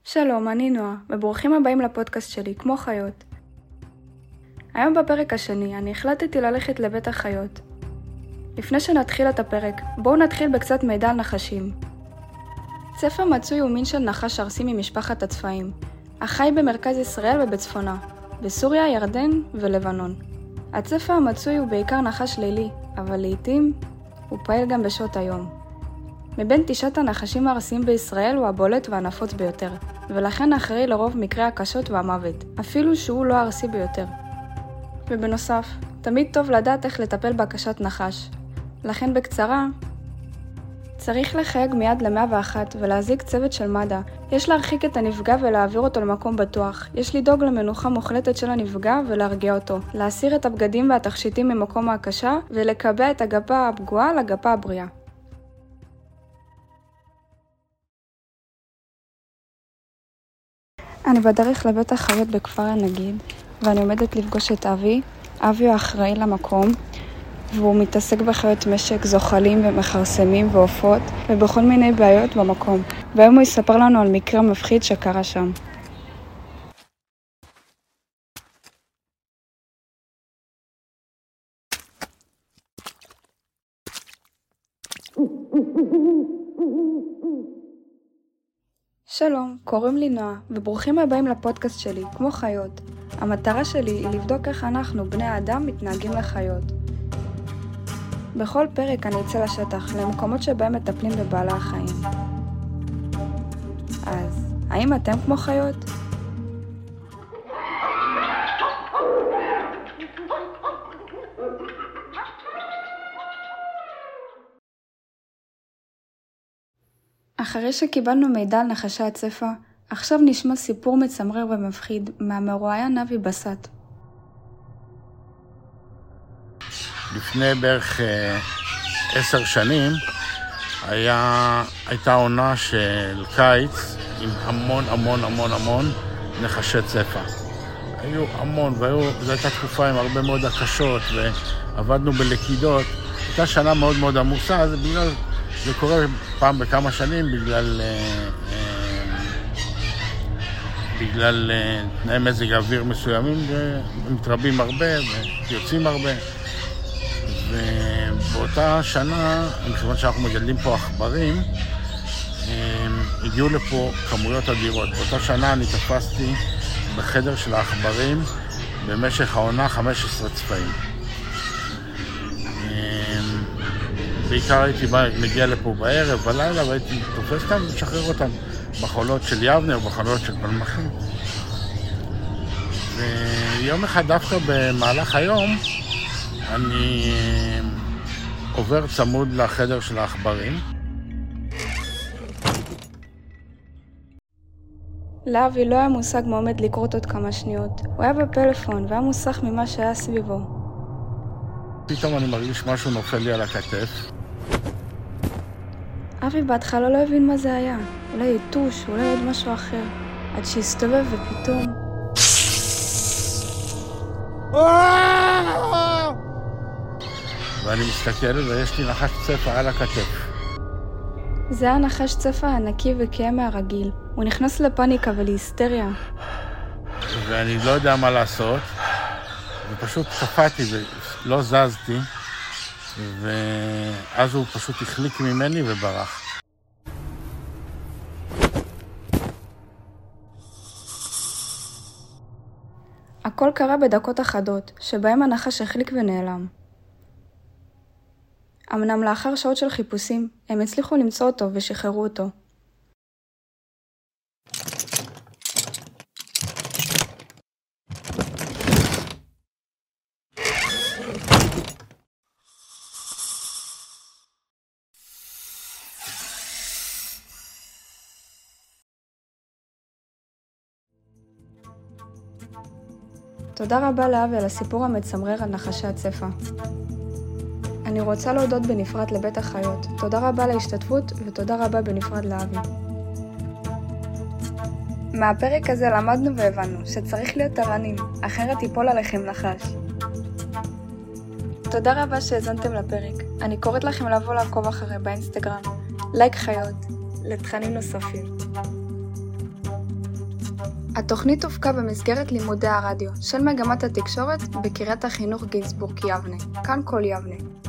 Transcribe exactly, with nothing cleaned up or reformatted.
שלום, אני נועה, וברוכים הבאים לפודקאסט שלי, כמו חיות. היום בפרק השני, אני החלטתי ללכת לבית החיות. לפני שנתחיל את הפרק, בואו נתחיל בקצת מידע על נחשים. צפה מצוי הוא מין של נחש ארסי ממשפחת הצפעים, החי במרכז ישראל ובצפונה, בסוריה, ירדן ולבנון. הצפה המצוי הוא בעיקר נחש לילי, אבל לעתים הוא פעיל גם בשעות היום. מבין תשעת הנחשים הארסיים בישראל הוא הבולט והנפוץ ביותר, ולכן אחראי לרוב מקרי הקשות והמוות, אפילו שהוא לא הארסי ביותר. ובנוסף, תמיד טוב לדעת איך לטפל בהקשת נחש. לכן בקצרה, צריך לחייג מיד ל-מאה ואחת ולהזעיק צוות של מד"א. יש להרחיק את הנפגע ולהעביר אותו למקום בטוח. יש לדאוג למנוחה מוחלטת של הנפגע ולהרגיע אותו. להסיר את הבגדים והתכשיטים ממקום ההקשה ולקבע את הגפה הפגועה לגפה הבריאה. אני בדרך לבית החיות בכפר הנגיד, ואני עומדת לפגוש את אבי. אבי הוא האחראי למקום, והוא מתעסק בחיות משק, זוחלים ומחרסמים ועופות, ובכל מיני בעיות במקום. והיום הוא יספר לנו על מקרה מפחיד שקרה שם. שלום, קוראים לי נועה, וברוכים הבאים לפודקאסט שלי, כמו חיות. המטרה שלי היא לבדוק איך אנחנו, בני האדם, מתנהגים לחיות. בכל פרק אני אצא לשטח, למקומות שבהם מטפלים בבעלי החיים. אז, האם אתם כמו חיות? אחרי שקיבלנו מידע על נחשי הצפה, עכשיו נשמע סיפור מצמרר ומפחיד מהמרואיין אבי בסט. לפני בערך אה, עשר שנים היה, הייתה עונה של קיץ עם המון המון המון המון נחשי צפה. היו המון, והיו, זו הייתה תקופה עם הרבה מאוד הקשות ועבדנו בלכידות. הייתה שנה מאוד מאוד עמוסה, אז בגלל... זה קורה פעם בכמה שנים בגלל, בגלל תנאי מזג אוויר מסוימים, הם מתרבים הרבה ויוצאים הרבה. ובאותה שנה, מכיוון שאנחנו מגדלים פה עכברים, הגיעו לפה כמויות אדירות. באותה שנה אני תפסתי בחדר של העכברים במשך העונה חמישה עשר צפעים. בעיקר הייתי מגיע לפה בערב, בלילה, והייתי תופס אותם ומשחרר אותם בחולות של יבנה או בחולות של פלמחים. ויום אחד דווקא במהלך היום, אני עובר צמוד לחדר של העכברים. לאבי לא היה מושג מה עומד לקרות עוד כמה שניות. הוא היה בפלאפון והיה מוסך ממה שהיה סביבו. פתאום אני מרגיש משהו נופל לי על הכתף. אבי בהתחלה לא הבין מה זה היה. אולי יתוש, אולי עוד משהו אחר. עד שהסתובב ופתאום... ואני מסתכל ויש לי נחש צפה על הכתף. זה היה נחש צפה ענקי וכאה מהרגיל. הוא נכנס לפאניקה ולהיסטריה. ואני לא יודע מה לעשות. ופשוט קפאתי ולא זזתי. ואז הוא פשוט החליק ממני וברח. הכל קרה בדקות אחדות, שבהם הנחש החליק ונעלם. אמנם לאחר שעות של חיפושים, הם הצליחו למצוא אותו ושחררו אותו. תודה רבה לאבי על הסיפור המצמרר על נחשי הצפה. אני רוצה להודות בנפרד לבית החיות. תודה רבה להשתתפות ותודה רבה בנפרד לאבי. מהפרק הזה למדנו והבנו שצריך להיות ערנים, אחרת ייפול עליכם נחש. תודה רבה שהזנתם לפרק. אני קוראת לכם לבוא לעקוב אחרי באינסטגרם, לייק חיות, לתכנים נוספים. התוכנית הופקה במסגרת לימודי הרדיו של מגמת התקשורת בקריית החינוך גינזבורג יבנה, כאן כל יבנה.